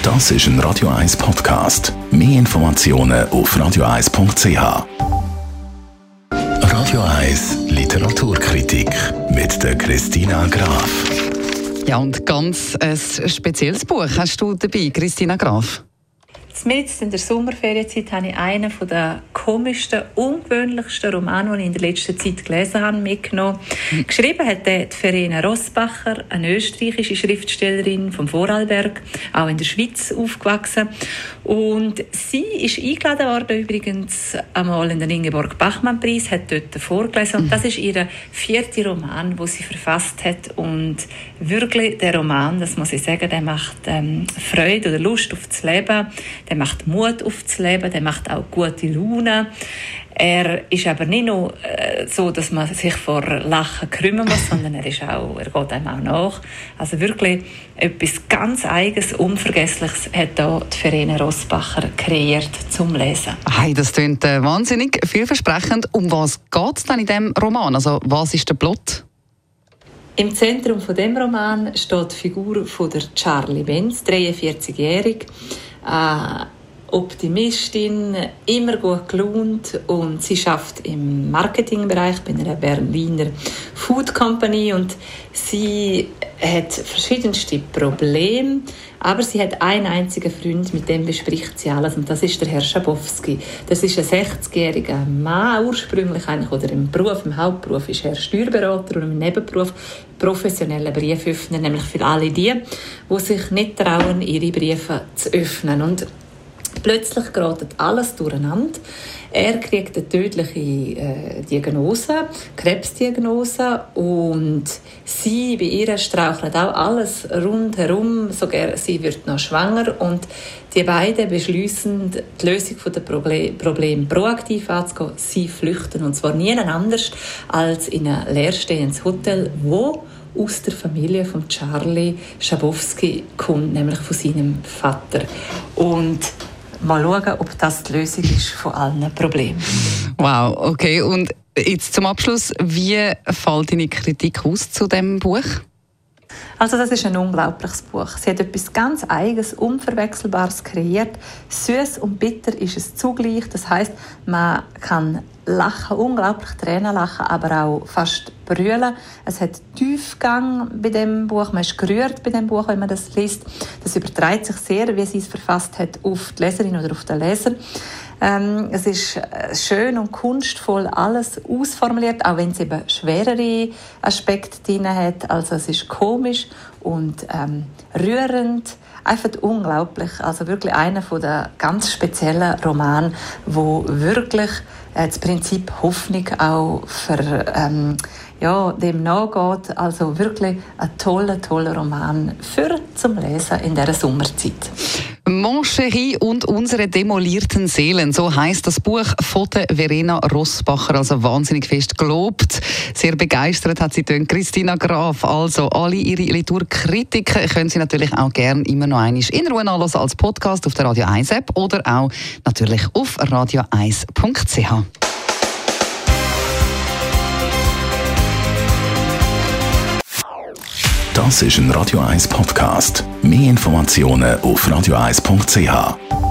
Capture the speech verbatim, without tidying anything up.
Das ist ein Radio eins Podcast. Mehr Informationen auf radio eins punkt c h. Radio eins Literaturkritik mit der Christina Graf. Ja, und ganz ein spezielles Buch hast du dabei, Christina Graf. Mitten in der Sommerferienzeit habe ich einen der komischsten, ungewöhnlichsten Romane, die ich in der letzten Zeit gelesen habe, mitgenommen. Mhm. Geschrieben hat die Verena Rossbacher, eine österreichische Schriftstellerin vom Vorarlberg, auch in der Schweiz aufgewachsen. Und sie ist eingeladen worden, übrigens einmal in den Ingeborg-Bachmann-Preis, hat dort vorgelesen. Und das ist ihr vierter Roman, den sie verfasst hat. Und wirklich, der Roman, das muss ich sagen, der macht ähm, Freude oder Lust auf das Leben. Der macht Mut auf das Leben, der macht auch gute Laune. Er ist aber nicht nur äh, so, dass man sich vor Lachen krümmen muss, sondern er, ist auch, er geht einem auch nach. Also wirklich etwas ganz Eigenes, Unvergessliches hat da die Verena Rossbacher kreiert zum Lesen. Hey, das klingt äh, wahnsinnig vielversprechend. Um was geht es denn in diesem Roman? Also was ist der Plot? Im Zentrum von dem Roman steht die Figur von der Charlie Benz, dreiundvierzigjährig. Äh, Optimistin, immer gut gelaunt, und sie arbeitet im Marketingbereich bei einer Berliner Food Company und sie hat verschiedenste Probleme, aber sie hat einen einzigen Freund, mit dem bespricht sie alles, und das ist der Herr Schabowski. Das ist ein sechzigjähriger Mann, ursprünglich eigentlich, oder im Beruf, im Hauptberuf ist er Steuerberater und im Nebenberuf professioneller Brieföffner, nämlich für alle die, die sich nicht trauen, ihre Briefe zu öffnen. Und plötzlich gerät alles durcheinander. Er kriegt eine tödliche äh, Diagnose, Krebsdiagnose, und sie, bei ihr strauchelt auch alles rundherum. Sogar sie wird noch schwanger, und die beiden beschließen, die Lösung der Probleme Problem proaktiv anzugehen. Sie flüchten, und zwar niemand anders als in ein leerstehendes Hotel, wo aus der Familie von Charlie Schabowski kommt, nämlich von seinem Vater. Und mal schauen, ob das die Lösung ist von allen Problemen. Wow, okay. Und jetzt zum Abschluss, wie fällt deine Kritik aus zu diesem Buch? Also das ist ein unglaubliches Buch. Sie hat etwas ganz Eigenes, Unverwechselbares kreiert. Süß und bitter ist es zugleich. Das heisst, man kann lachen, unglaublich Tränen lachen, aber auch fast brüllen. Es hat Tiefgang bei dem Buch. Man ist gerührt bei dem Buch, wenn man das liest. Das überträgt sich sehr, wie sie es verfasst hat, auf die Leserin oder auf den Leser. Ähm, es ist schön und kunstvoll alles ausformuliert, auch wenn es eben schwerere Aspekte drin hat. Also es ist komisch und ähm, rührend, einfach unglaublich. Also wirklich einer von der ganz speziellen Romane, wo wirklich äh, das Prinzip Hoffnung auch für ähm, ja, dem nachgeht. Also wirklich ein toller, toller Roman für zum Lesen in dieser Sommerzeit. Mon Chéri und unsere demolierten Seelen, so heisst das Buch von der Verena Rossbacher, also wahnsinnig fest gelobt. Sehr begeistert hat sie dann Christina Graf. Also alle ihre Literaturkritiken können Sie natürlich auch gerne immer noch einmal in Ruhe nachhören als Podcast auf der Radio eins App oder auch natürlich auf radio eins punkt c h. Das ist ein Radio eins Podcast. Mehr Informationen auf radio eins punkt c h.